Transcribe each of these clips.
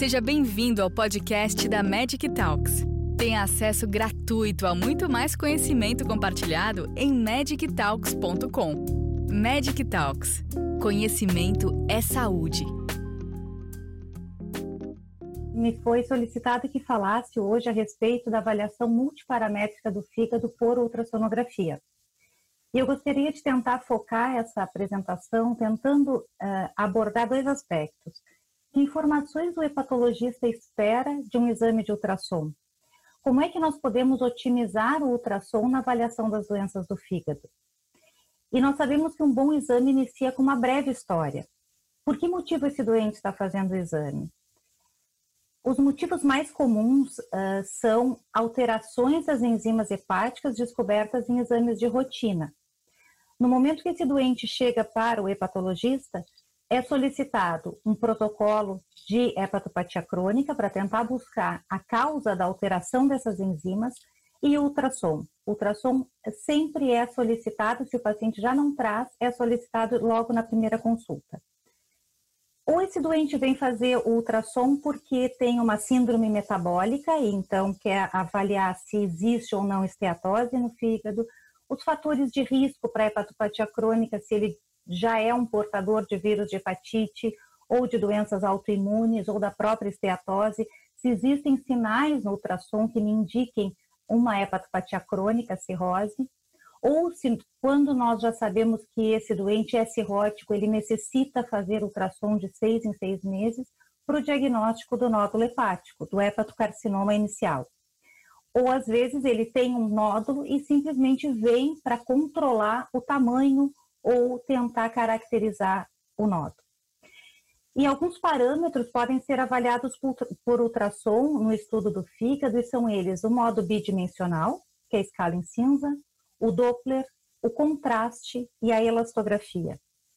Seja bem-vindo ao podcast da Magic Talks. Tenha acesso gratuito a muito mais conhecimento compartilhado em magictalks.com. Magic Talks. Conhecimento é saúde. Me foi solicitado que falasse hoje a respeito da avaliação multiparamétrica do fígado por ultrassonografia. E eu gostaria de tentar focar essa apresentação tentando abordar dois aspectos. Que informações o hepatologista espera de um exame de ultrassom? Como é que nós podemos otimizar o ultrassom na avaliação das doenças do fígado? E nós sabemos que um bom exame inicia com uma breve história. Por que motivo esse doente está fazendo o exame? Os motivos mais comuns são alterações das enzimas hepáticas descobertas em exames de rotina. No momento que esse doente chega para o hepatologista, é solicitado um protocolo de hepatopatia crônica para tentar buscar a causa da alteração dessas enzimas e o ultrassom. O ultrassom sempre é solicitado, se o paciente já não traz, é solicitado logo na primeira consulta. Ou esse doente vem fazer o ultrassom porque tem uma síndrome metabólica e então quer avaliar se existe ou não esteatose no fígado, os fatores de risco para a hepatopatia crônica, se ele já é um portador de vírus de hepatite ou de doenças autoimunes ou da própria esteatose, se existem sinais no ultrassom que me indiquem uma hepatopatia crônica, cirrose, ou se quando nós já sabemos que esse doente é cirrótico, ele necessita fazer ultrassom de 6 em 6 meses para o diagnóstico do nódulo hepático, do hepatocarcinoma inicial. Ou às vezes ele tem um nódulo e simplesmente vem para controlar o tamanho ou tentar caracterizar o nódulo. E alguns parâmetros podem ser avaliados por ultrassom no estudo do fígado, e são eles o modo bidimensional, que é a escala em cinza, o Doppler, o contraste e a elastografia.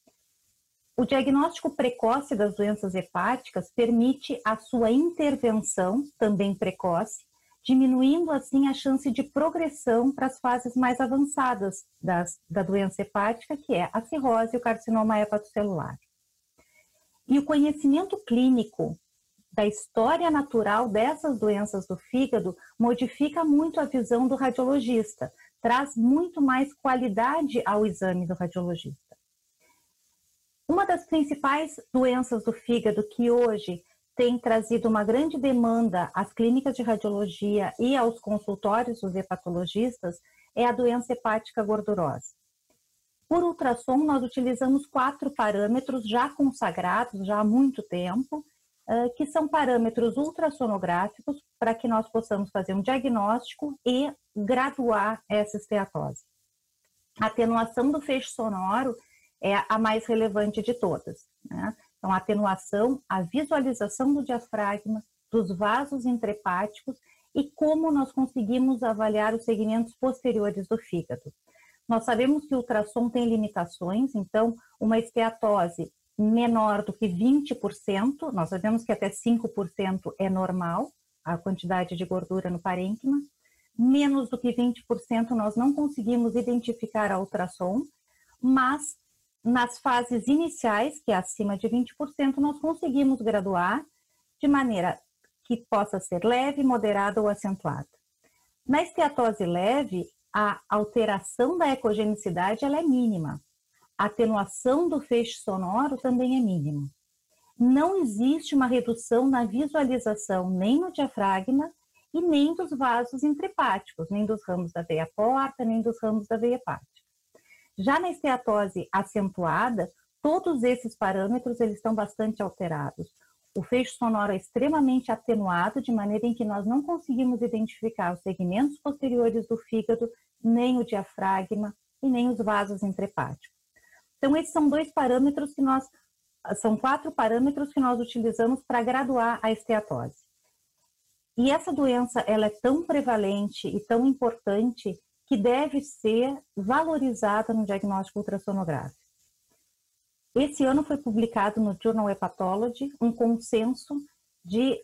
O diagnóstico precoce das doenças hepáticas permite a sua intervenção, também precoce, diminuindo assim a chance de progressão para as fases mais avançadas da doença hepática, que é a cirrose e o carcinoma hepatocelular. E o conhecimento clínico da história natural dessas doenças do fígado modifica muito a visão do radiologista, traz muito mais qualidade ao exame do radiologista. Uma das principais doenças do fígado que hoje tem trazido uma grande demanda às clínicas de radiologia e aos consultórios dos hepatologistas é a doença hepática gordurosa. Por ultrassom, nós utilizamos 4 parâmetros já consagrados, já há muito tempo, que são parâmetros ultrassonográficos para que nós possamos fazer um diagnóstico e graduar essa esteatose. A atenuação do feixe sonoro é a mais relevante de todas, né? Então, a atenuação, a visualização do diafragma, dos vasos intrahepáticos e como nós conseguimos avaliar os segmentos posteriores do fígado. Nós sabemos que o ultrassom tem limitações, então uma esteatose menor do que 20%, nós sabemos que até 5% é normal, a quantidade de gordura no parênquima, menos do que 20% nós não conseguimos identificar a ultrassom, mas nas fases iniciais, que é acima de 20%, nós conseguimos graduar de maneira que possa ser leve, moderada ou acentuada. Na esteatose leve, a alteração da ecogenicidade ela é mínima. A atenuação do feixe sonoro também é mínima. Não existe uma redução na visualização nem no diafragma e nem dos vasos intrahepáticos, nem dos ramos da veia porta, nem dos ramos da veia hepática. Já na esteatose acentuada, todos esses parâmetros eles estão bastante alterados. O feixe sonoro é extremamente atenuado, de maneira em que nós não conseguimos identificar os segmentos posteriores do fígado, nem o diafragma e nem os vasos intrahepáticos. Então, esses são 2 parâmetros que são 4 parâmetros que nós utilizamos para graduar a esteatose. E essa doença, ela é tão prevalente e tão importante que deve ser valorizada no diagnóstico ultrassonográfico. Esse ano foi publicado no Journal Hepatology um consenso de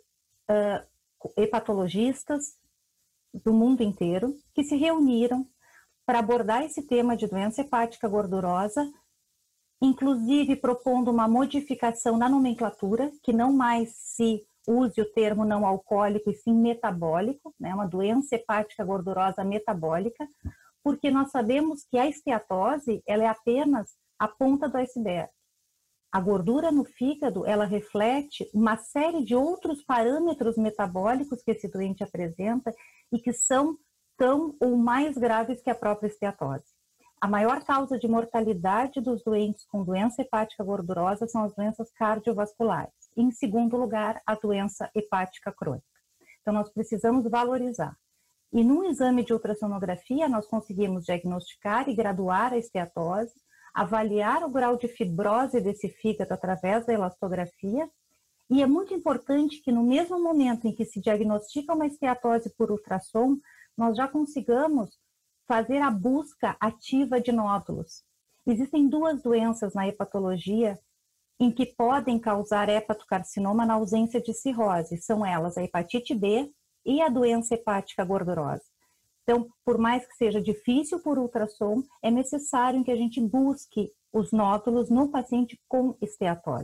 hepatologistas do mundo inteiro que se reuniram para abordar esse tema de doença hepática gordurosa, inclusive propondo uma modificação na nomenclatura, que não mais se use o termo não alcoólico e sim metabólico, né, uma doença hepática gordurosa metabólica, porque nós sabemos que a esteatose, ela é apenas a ponta do iceberg. A gordura no fígado, ela reflete uma série de outros parâmetros metabólicos que esse doente apresenta e que são tão ou mais graves que a própria esteatose. A maior causa de mortalidade dos doentes com doença hepática gordurosa são as doenças cardiovasculares. E, em segundo lugar, a doença hepática crônica. Então, nós precisamos valorizar. E num exame de ultrassonografia, nós conseguimos diagnosticar e graduar a esteatose, avaliar o grau de fibrose desse fígado através da elastografia. E é muito importante que no mesmo momento em que se diagnostica uma esteatose por ultrassom, nós já consigamos fazer a busca ativa de nódulos. Existem duas doenças na hepatologia em que podem causar hepatocarcinoma na ausência de cirrose. São elas a hepatite B e a doença hepática gordurosa. Então, por mais que seja difícil por ultrassom, é necessário que a gente busque os nódulos no paciente com esteatose.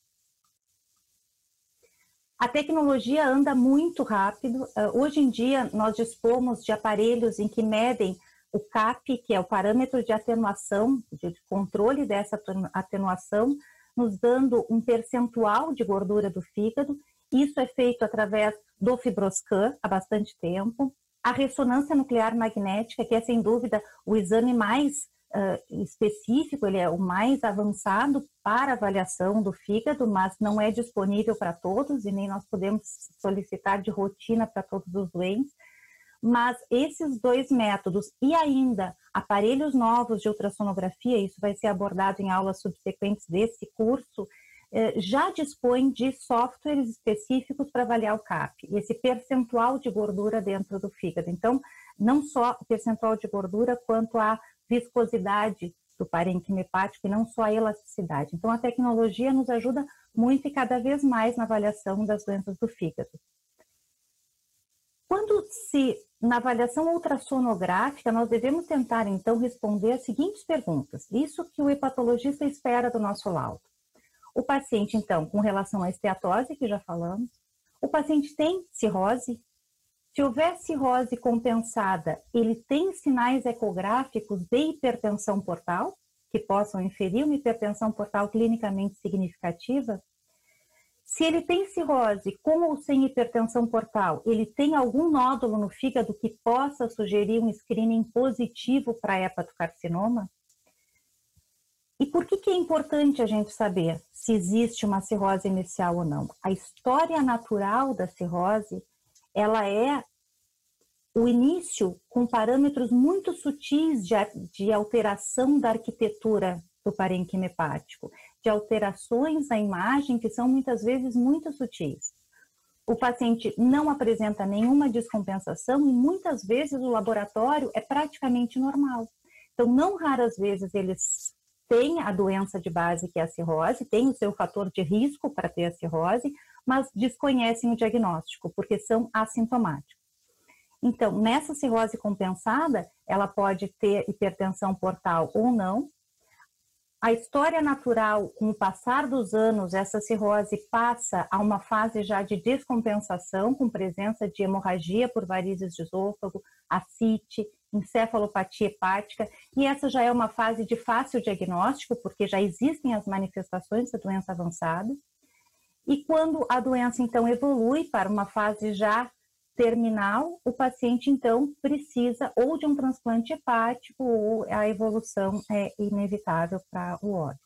A tecnologia anda muito rápido. Hoje em dia, nós dispomos de aparelhos em que medem o CAP, que é o parâmetro de atenuação, de controle dessa atenuação, nos dando um percentual de gordura do fígado. Isso é feito através do FibroScan há bastante tempo. A ressonância nuclear magnética, que é sem dúvida o exame mais específico, ele é o mais avançado para avaliação do fígado, mas não é disponível para todos e nem nós podemos solicitar de rotina para todos os doentes. Mas esses dois métodos e ainda aparelhos novos de ultrassonografia, isso vai ser abordado em aulas subsequentes desse curso, já dispõem de softwares específicos para avaliar o CAP, esse percentual de gordura dentro do fígado. Então, não só o percentual de gordura, quanto a viscosidade do parênquima hepático e não só a elasticidade. Então, a tecnologia nos ajuda muito e cada vez mais na avaliação das doenças do fígado. Na avaliação ultrassonográfica, nós devemos tentar, então, responder as seguintes perguntas. Isso que o hepatologista espera do nosso laudo. O paciente, então, com relação à esteatose, que já falamos, o paciente tem cirrose? Se houver cirrose compensada, ele tem sinais ecográficos de hipertensão portal, que possam inferir uma hipertensão portal clinicamente significativa? Se ele tem cirrose com ou sem hipertensão portal, ele tem algum nódulo no fígado que possa sugerir um screening positivo para hepatocarcinoma? E por que é importante a gente saber se existe uma cirrose inicial ou não? A história natural da cirrose, ela é o início com parâmetros muito sutis de alteração da arquitetura do parênquima hepático, de alterações na imagem que são muitas vezes muito sutis. O paciente não apresenta nenhuma descompensação e muitas vezes o laboratório é praticamente normal. Então, não raras vezes eles têm a doença de base que é a cirrose, tem o seu fator de risco para ter a cirrose, mas desconhecem o diagnóstico, porque são assintomáticos. Então, nessa cirrose compensada, ela pode ter hipertensão portal ou não. A história natural, com o passar dos anos, essa cirrose passa a uma fase já de descompensação, com presença de hemorragia por varizes de esôfago, ascite, encefalopatia hepática, e essa já é uma fase de fácil diagnóstico, porque já existem as manifestações da doença avançada. E quando a doença, então, evolui para uma fase já terminal, o paciente, então, precisa ou de um transplante hepático ou a evolução é inevitável para o órgão.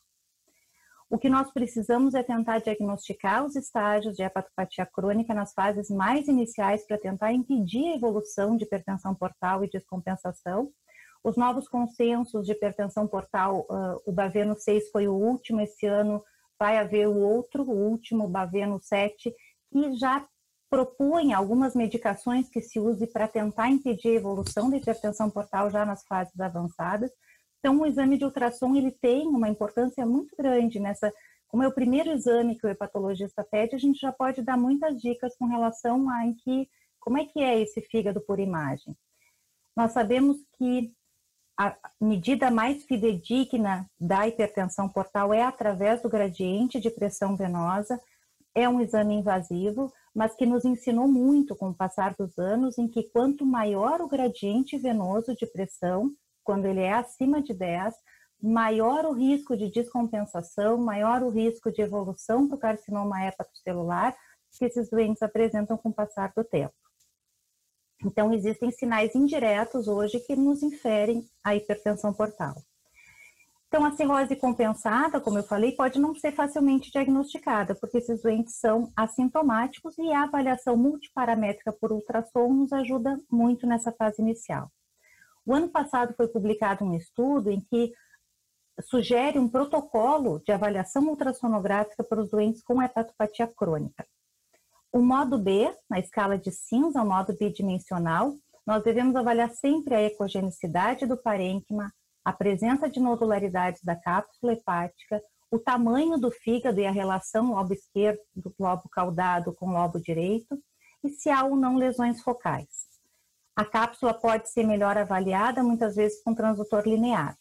O que nós precisamos é tentar diagnosticar os estágios de hepatopatia crônica nas fases mais iniciais para tentar impedir a evolução de hipertensão portal e descompensação. Os novos consensos de hipertensão portal, o Baveno 6 foi o último, esse ano vai haver o outro, o último, o Baveno 7, que já propõe algumas medicações que se use para tentar impedir a evolução da hipertensão portal já nas fases avançadas. Então, o exame de ultrassom ele tem uma importância muito grande nessa. Como é o primeiro exame que o hepatologista pede, a gente já pode dar muitas dicas com relação a como é que é esse fígado por imagem. Nós sabemos que a medida mais fidedigna da hipertensão portal é através do gradiente de pressão venosa. é um exame invasivo, mas que nos ensinou muito com o passar dos anos, em que quanto maior o gradiente venoso de pressão, quando ele é acima de 10, maior o risco de descompensação, maior o risco de evolução para o carcinoma hepatocelular que esses doentes apresentam com o passar do tempo. Então, existem sinais indiretos hoje que nos inferem a hipertensão portal. Então, a cirrose compensada, como eu falei, pode não ser facilmente diagnosticada, porque esses doentes são assintomáticos e a avaliação multiparamétrica por ultrassom nos ajuda muito nessa fase inicial. O ano passado foi publicado um estudo em que sugere um protocolo de avaliação ultrassonográfica para os doentes com hepatopatia crônica. O modo B, na escala de cinza, o modo bidimensional, nós devemos avaliar sempre a ecogenicidade do parênquima, a presença de nodularidades da cápsula hepática, o tamanho do fígado e a relação lobo esquerdo do lobo caudado com o lobo direito, e se há ou não lesões focais. A cápsula pode ser melhor avaliada, muitas vezes com transdutor linear.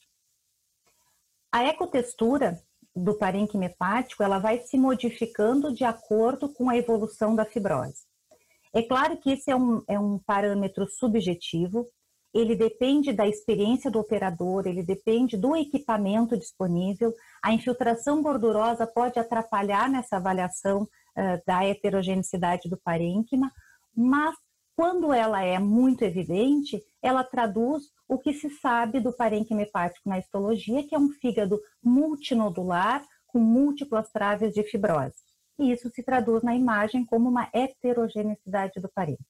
A ecotextura do parênquima hepático, ela vai se modificando de acordo com a evolução da fibrose. É claro que esse é um parâmetro subjetivo, ele depende da experiência do operador, ele depende do equipamento disponível. A infiltração gordurosa pode atrapalhar nessa avaliação da heterogeneidade do parênquima, mas quando ela é muito evidente, ela traduz o que se sabe do parênquima hepático na histologia, que é um fígado multinodular com múltiplas traves de fibrose. E isso se traduz na imagem como uma heterogeneidade do parênquima.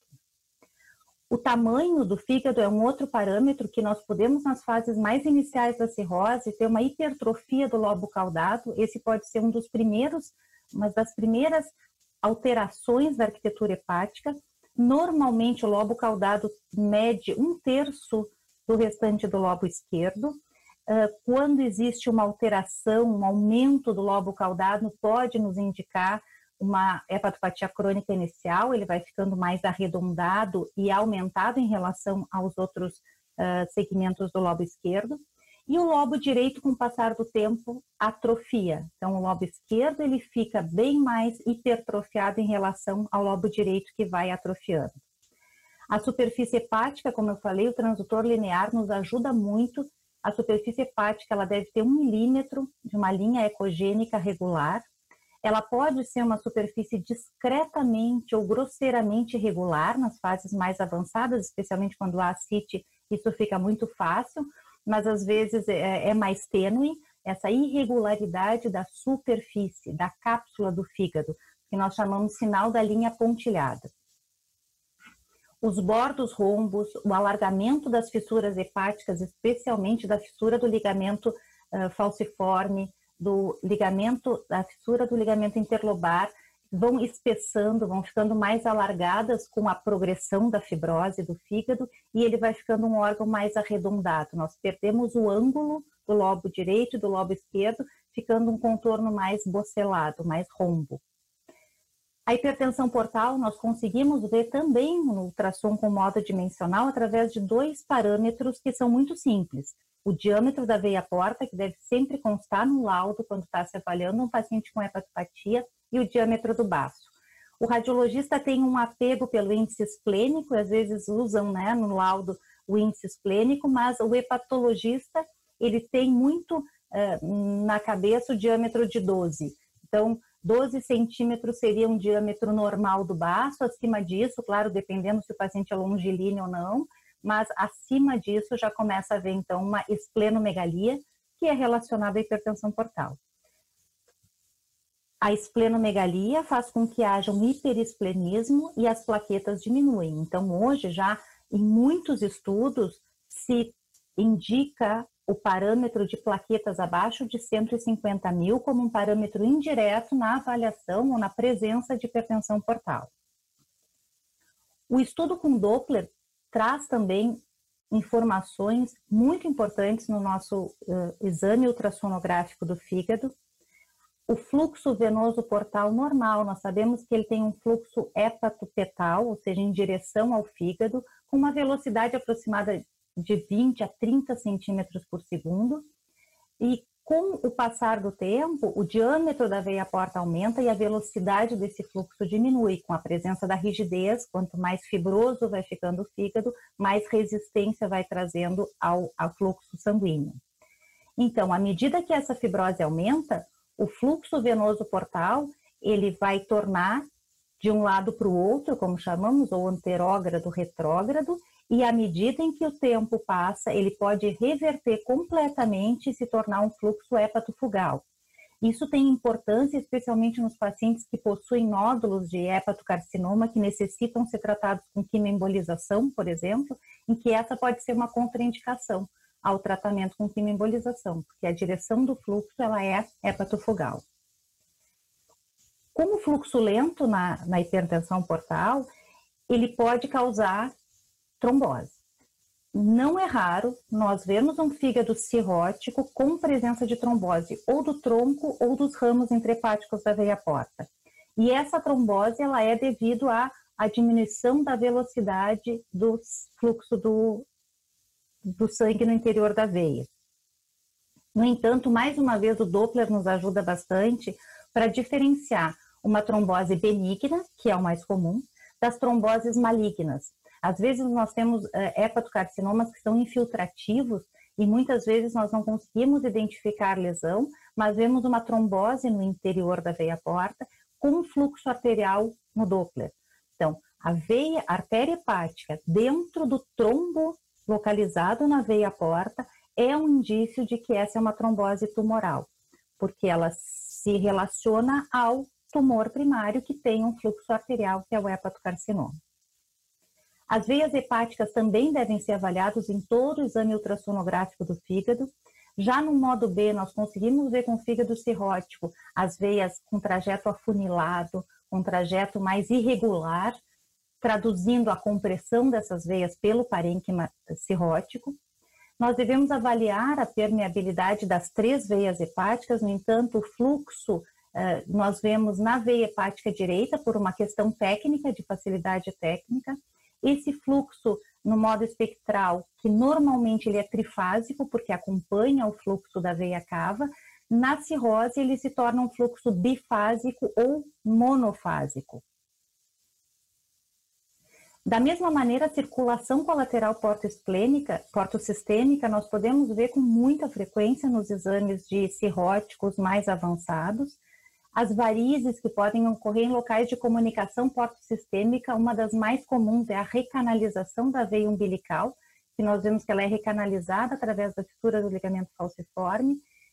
O tamanho do fígado é um outro parâmetro que nós podemos, nas fases mais iniciais da cirrose, ter uma hipertrofia do lobo caudado. Esse pode ser uma das primeiras alterações da arquitetura hepática. Normalmente, o lobo caudado mede 1/3 do restante do lobo esquerdo. Quando existe uma alteração, um aumento do lobo caudado, pode nos indicar uma hepatopatia crônica inicial, ele vai ficando mais arredondado e aumentado em relação aos outros segmentos do lobo esquerdo. E o lobo direito, com o passar do tempo, atrofia. Então, o lobo esquerdo ele fica bem mais hipertrofiado em relação ao lobo direito, que vai atrofiando. A superfície hepática, como eu falei, o transdutor linear nos ajuda muito. A superfície hepática ela deve ter 1 milímetro de uma linha ecogênica regular. Ela pode ser uma superfície discretamente ou grosseiramente irregular nas fases mais avançadas, especialmente quando há ascite, isso fica muito fácil, mas às vezes é mais tênue, essa irregularidade da superfície, da cápsula do fígado, que nós chamamos sinal da linha pontilhada. Os bordos rombos, o alargamento das fissuras hepáticas, especialmente da fissura do ligamento falciforme, da fissura do ligamento interlobar, vão espessando, vão ficando mais alargadas com a progressão da fibrose do fígado e ele vai ficando um órgão mais arredondado. Nós perdemos o ângulo do lobo direito e do lobo esquerdo, ficando um contorno mais bocelado, mais rombo. A hipertensão portal nós conseguimos ver também no ultrassom com modo dimensional através de 2 parâmetros que são muito simples. O diâmetro da veia porta, que deve sempre constar no laudo quando está se avaliando um paciente com hepatopatia, e o diâmetro do baço. O radiologista tem um apego pelo índice esplênico, às vezes usam no laudo o índice esplênico, mas o hepatologista ele tem muito na cabeça o diâmetro de 12. Então, 12 centímetros seria um diâmetro normal do baço, acima disso, claro, dependendo se o paciente é longilíneo ou não, mas acima disso já começa a haver então uma esplenomegalia, que é relacionada à hipertensão portal. A esplenomegalia faz com que haja um hiperesplenismo e as plaquetas diminuem. Então, hoje já em muitos estudos se indica o parâmetro de plaquetas abaixo de 150 mil como um parâmetro indireto na avaliação ou na presença de hipertensão portal. O estudo com Doppler traz também informações muito importantes no nosso exame ultrassonográfico do fígado. O fluxo venoso portal normal, nós sabemos que ele tem um fluxo hepatopetal, ou seja, em direção ao fígado, com uma velocidade aproximada de 20 a 30 centímetros por segundo. E Com o passar do tempo, o diâmetro da veia porta aumenta e a velocidade desse fluxo diminui, com a presença da rigidez. Quanto mais fibroso vai ficando o fígado, mais resistência vai trazendo ao fluxo sanguíneo. Então, à medida que essa fibrose aumenta, o fluxo venoso portal, ele vai tornar de um lado para o outro, como chamamos, ou anterógrado, retrógrado, e à medida em que o tempo passa, ele pode reverter completamente e se tornar um fluxo hepatofugal. Isso tem importância especialmente nos pacientes que possuem nódulos de hepatocarcinoma que necessitam ser tratados com quimioembolização, por exemplo, em que essa pode ser uma contraindicação ao tratamento com quimioembolização, porque a direção do fluxo ela é hepatofugal. Como o fluxo lento na hipertensão portal, ele pode causar trombose. Não é raro nós vermos um fígado cirrótico com presença de trombose ou do tronco ou dos ramos intrahepáticos da veia porta. E essa trombose ela é devido à diminuição da velocidade do fluxo do sangue no interior da veia. No entanto, mais uma vez, o Doppler nos ajuda bastante para diferenciar uma trombose benigna, que é o mais comum, das tromboses malignas. Às vezes nós temos hepatocarcinomas que são infiltrativos e muitas vezes nós não conseguimos identificar lesão, mas vemos uma trombose no interior da veia porta com fluxo arterial no Doppler. Então, a artéria hepática dentro do trombo localizado na veia porta é um indício de que essa é uma trombose tumoral, porque ela se relaciona ao tumor primário que tem um fluxo arterial, que é o hepatocarcinoma. As veias hepáticas também devem ser avaliadas em todo o exame ultrassonográfico do fígado. Já no modo B, nós conseguimos ver com o fígado cirrótico as veias com trajeto afunilado, com trajeto mais irregular, traduzindo a compressão dessas veias pelo parênquima cirrótico. Nós devemos avaliar a permeabilidade das 3 veias hepáticas, no entanto, o fluxo nós vemos na veia hepática direita por uma questão técnica, de facilidade técnica. Esse fluxo no modo espectral, que normalmente ele é trifásico, porque acompanha o fluxo da veia cava, na cirrose ele se torna um fluxo bifásico ou monofásico. Da mesma maneira, a circulação colateral portosistêmica, nós podemos ver com muita frequência nos exames de cirróticos mais avançados. As varizes que podem ocorrer em locais de comunicação portosistêmica, uma das mais comuns é a recanalização da veia umbilical, que nós vemos que ela é recanalizada através da fissura do ligamento falciforme.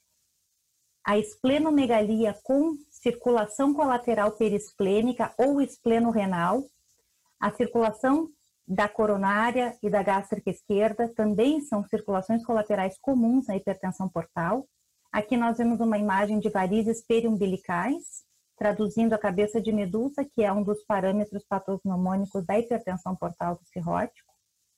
A esplenomegalia com circulação colateral perisplênica ou espleno-renal. A circulação da coronária e da gástrica esquerda também são circulações colaterais comuns na hipertensão portal. Aqui nós vemos uma imagem de varizes periumbilicais, traduzindo a cabeça de medusa, que é um dos parâmetros patognomônicos da hipertensão portal do cirrótico.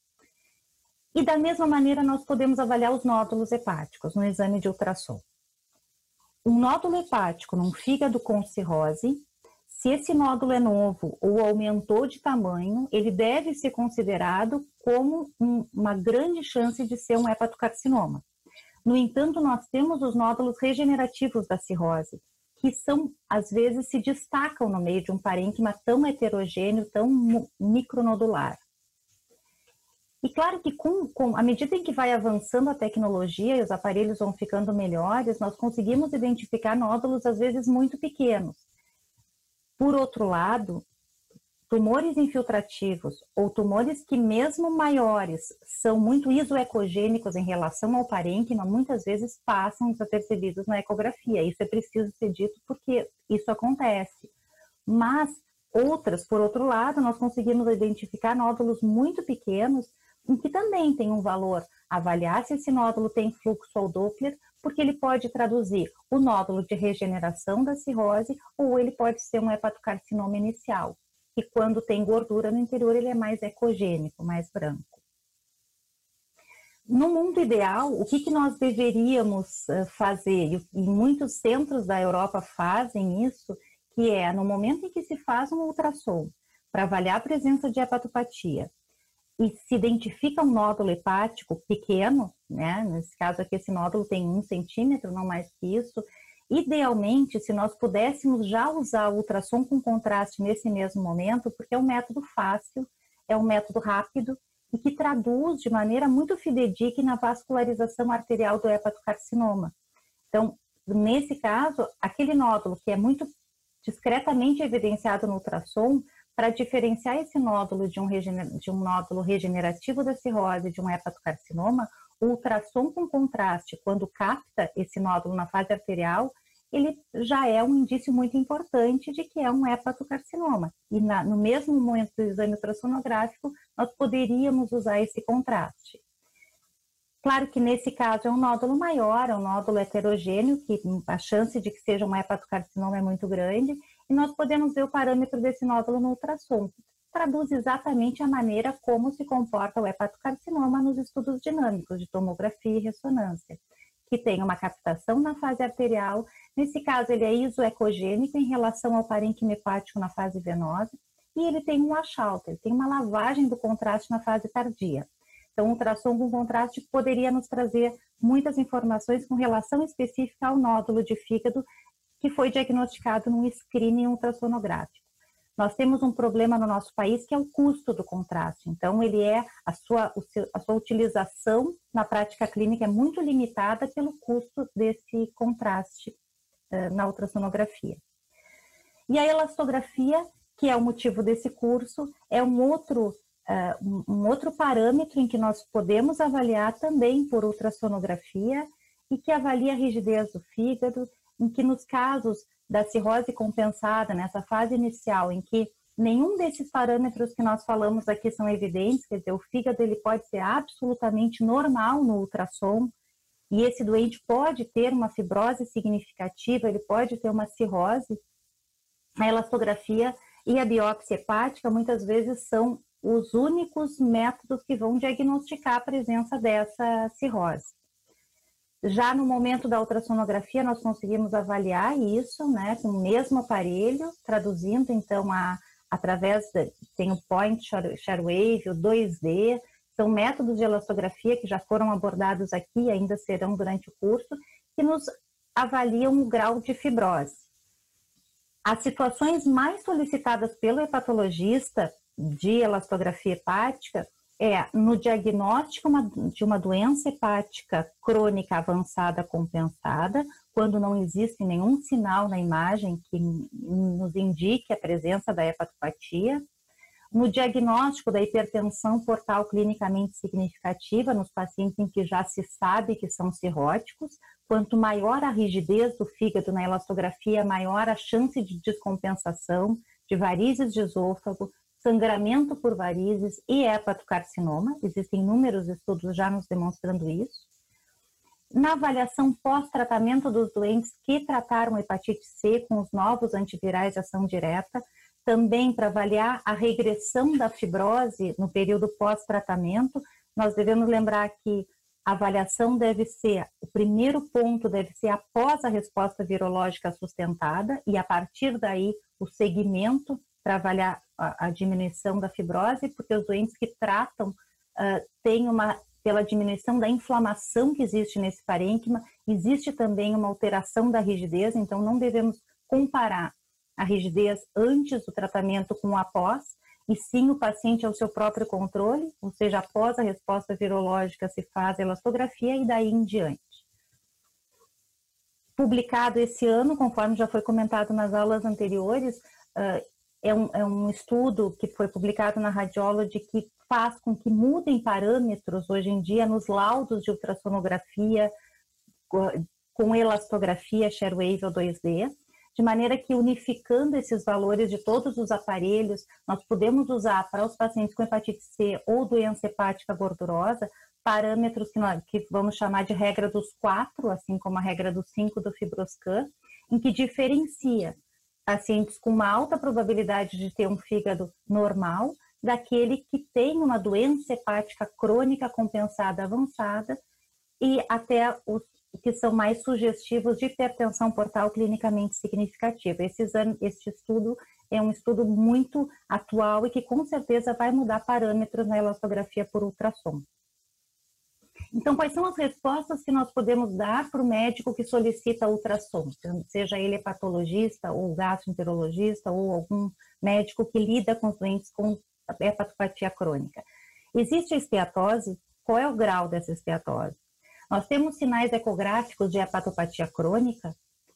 E da mesma maneira nós podemos avaliar os nódulos hepáticos no exame de ultrassom. Um nódulo hepático num fígado com cirrose, se esse nódulo é novo ou aumentou de tamanho, ele deve ser considerado como uma grande chance de ser um hepatocarcinoma. No entanto, nós temos os nódulos regenerativos da cirrose, que às vezes se destacam no meio de um parênquima tão heterogêneo, tão micronodular. E claro que à medida em que vai avançando a tecnologia e os aparelhos vão ficando melhores, nós conseguimos identificar nódulos às vezes muito pequenos. Por outro lado, tumores infiltrativos ou tumores que mesmo maiores são muito isoecogênicos em relação ao parênquima, muitas vezes passam desapercebidos na ecografia. Isso é preciso ser dito porque isso acontece. Mas outras, por outro lado, nós conseguimos identificar nódulos muito pequenos em que também tem um valor avaliar se esse nódulo tem fluxo ao Doppler, porque ele pode traduzir o nódulo de regeneração da cirrose ou ele pode ser um hepatocarcinoma inicial. E quando tem gordura no interior, ele é mais ecogênico, mais branco. No mundo ideal, o que nós deveríamos fazer? E muitos centros da Europa fazem isso, que é no momento em que se faz um ultrassom para avaliar a presença de hepatopatia, e se identifica um nódulo hepático pequeno, né? Nesse caso aqui esse nódulo tem 1 centímetro, não mais que isso, idealmente, se nós pudéssemos já usar o ultrassom com contraste nesse mesmo momento, porque é um método fácil, é um método rápido e que traduz de maneira muito fidedigna a vascularização arterial do hepatocarcinoma. Então, nesse caso, aquele nódulo que é muito discretamente evidenciado no ultrassom, para diferenciar esse nódulo de um nódulo regenerativo da cirrose de um hepatocarcinoma, o ultrassom com contraste, quando capta esse nódulo na fase arterial, ele já é um indício muito importante de que é um hepatocarcinoma. E no mesmo momento do exame ultrassonográfico, nós poderíamos usar esse contraste. Claro que nesse caso é um nódulo maior, é um nódulo heterogêneo, que a chance de que seja um hepatocarcinoma é muito grande, e nós podemos ver o parâmetro desse nódulo no ultrassom. Traduz exatamente a maneira como se comporta o hepatocarcinoma nos estudos dinâmicos de tomografia e ressonância, que tem uma captação na fase arterial. Nesse caso, ele é isoecogênico em relação ao parênquima hepático na fase venosa, e ele tem um washout, ele tem uma lavagem do contraste na fase tardia. Então, o ultrassom com contraste poderia nos trazer muitas informações com relação específica ao nódulo de fígado que foi diagnosticado num screening ultrassonográfico. Nós temos um problema no nosso país que é o custo do contraste. Então, ele é a sua utilização na prática clínica é muito limitada pelo custo desse contraste na ultrassonografia. E a elastografia, que é o motivo desse curso, é um outro parâmetro em que nós podemos avaliar também por ultrassonografia e que avalia a rigidez do fígado, em que nos casos da cirrose compensada, nessa fase inicial, em que nenhum desses parâmetros que nós falamos aqui são evidentes, quer dizer, o fígado ele pode ser absolutamente normal no ultrassom, e esse doente pode ter uma fibrose significativa, ele pode ter uma cirrose, a elastografia e a biópsia hepática muitas vezes são os únicos métodos que vão diagnosticar a presença dessa cirrose. Já no momento da ultrassonografia, nós conseguimos avaliar isso, né, com o mesmo aparelho, traduzindo, então, tem o Point Sharewave, o 2D, são métodos de elastografia que já foram abordados aqui e ainda serão durante o curso, que nos avaliam o grau de fibrose. As situações mais solicitadas pelo hepatologista de elastografia hepática no diagnóstico de uma doença hepática crônica avançada compensada, quando não existe nenhum sinal na imagem que nos indique a presença da hepatopatia, no diagnóstico da hipertensão portal clinicamente significativa nos pacientes em que já se sabe que são cirróticos, quanto maior a rigidez do fígado na elastografia, maior a chance de descompensação, de varizes de esôfago, sangramento por varizes e hepatocarcinoma. Existem inúmeros estudos já nos demonstrando isso. Na avaliação pós-tratamento dos doentes que trataram hepatite C com os novos antivirais de ação direta, também para avaliar a regressão da fibrose no período pós-tratamento, nós devemos lembrar que a avaliação o primeiro ponto deve ser após a resposta virológica sustentada e a partir daí o segmento para avaliar a diminuição da fibrose, porque os doentes que tratam pela diminuição da inflamação que existe nesse parênquima, existe também uma alteração da rigidez, então não devemos comparar a rigidez antes do tratamento com o após, e sim o paciente ao seu próprio controle, ou seja, após a resposta virológica se faz a elastografia e daí em diante. Publicado esse ano, conforme já foi comentado nas aulas anteriores, é um estudo que foi publicado na Radiology que faz com que mudem parâmetros hoje em dia nos laudos de ultrassonografia com elastografia Sharewave ou 2D, de maneira que unificando esses valores de todos os aparelhos, nós podemos usar para os pacientes com hepatite C ou doença hepática gordurosa, parâmetros que vamos chamar de regra dos 4, assim como a regra dos 5 do FibroScan, em que diferencia pacientes com uma alta probabilidade de ter um fígado normal daquele que tem uma doença hepática crônica compensada avançada e até os que são mais sugestivos de hipertensão portal clinicamente significativa. Este estudo é um estudo muito atual e que com certeza vai mudar parâmetros na elastografia por ultrassom. Então, quais são as respostas que nós podemos dar para o médico que solicita ultrassom, seja ele hepatologista ou gastroenterologista ou algum médico que lida com os doentes com hepatopatia crônica? Existe a esteatose? Qual é o grau dessa esteatose? Nós temos sinais ecográficos de hepatopatia crônica?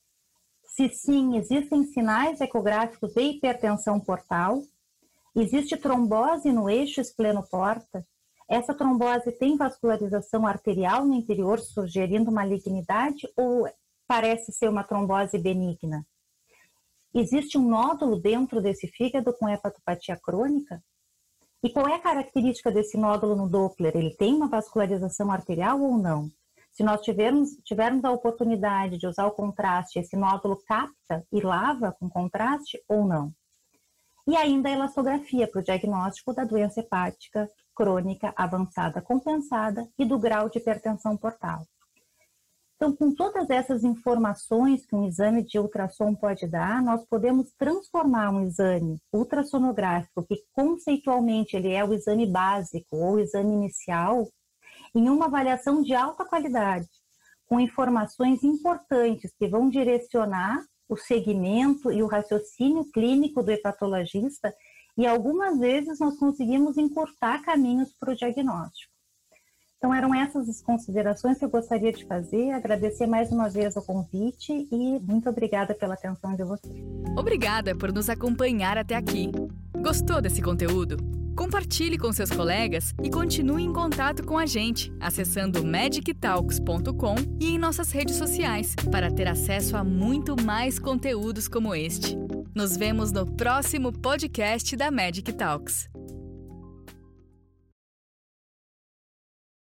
Se sim, existem sinais ecográficos de hipertensão portal? Existe trombose no eixo espleno-porta? Essa trombose tem vascularização arterial no interior, sugerindo malignidade, ou parece ser uma trombose benigna? Existe um nódulo dentro desse fígado com hepatopatia crônica? E qual é a característica desse nódulo no Doppler? Ele tem uma vascularização arterial ou não? Se nós tivermos a oportunidade de usar o contraste, esse nódulo capta e lava com contraste ou não? E ainda a elastografia para o diagnóstico da doença hepática crônica avançada compensada e do grau de hipertensão portal. Então, com todas essas informações que um exame de ultrassom pode dar, nós podemos transformar um exame ultrassonográfico, que conceitualmente ele é o exame básico ou o exame inicial, em uma avaliação de alta qualidade, com informações importantes que vão direcionar o segmento e o raciocínio clínico do hepatologista, e algumas vezes nós conseguimos encurtar caminhos para o diagnóstico. Então eram essas as considerações que eu gostaria de fazer, agradecer mais uma vez o convite e muito obrigada pela atenção de vocês. Obrigada por nos acompanhar até aqui. Gostou desse conteúdo? Compartilhe com seus colegas e continue em contato com a gente, acessando medictalks.com e em nossas redes sociais, para ter acesso a muito mais conteúdos como este. Nos vemos no próximo podcast da Medic Talks.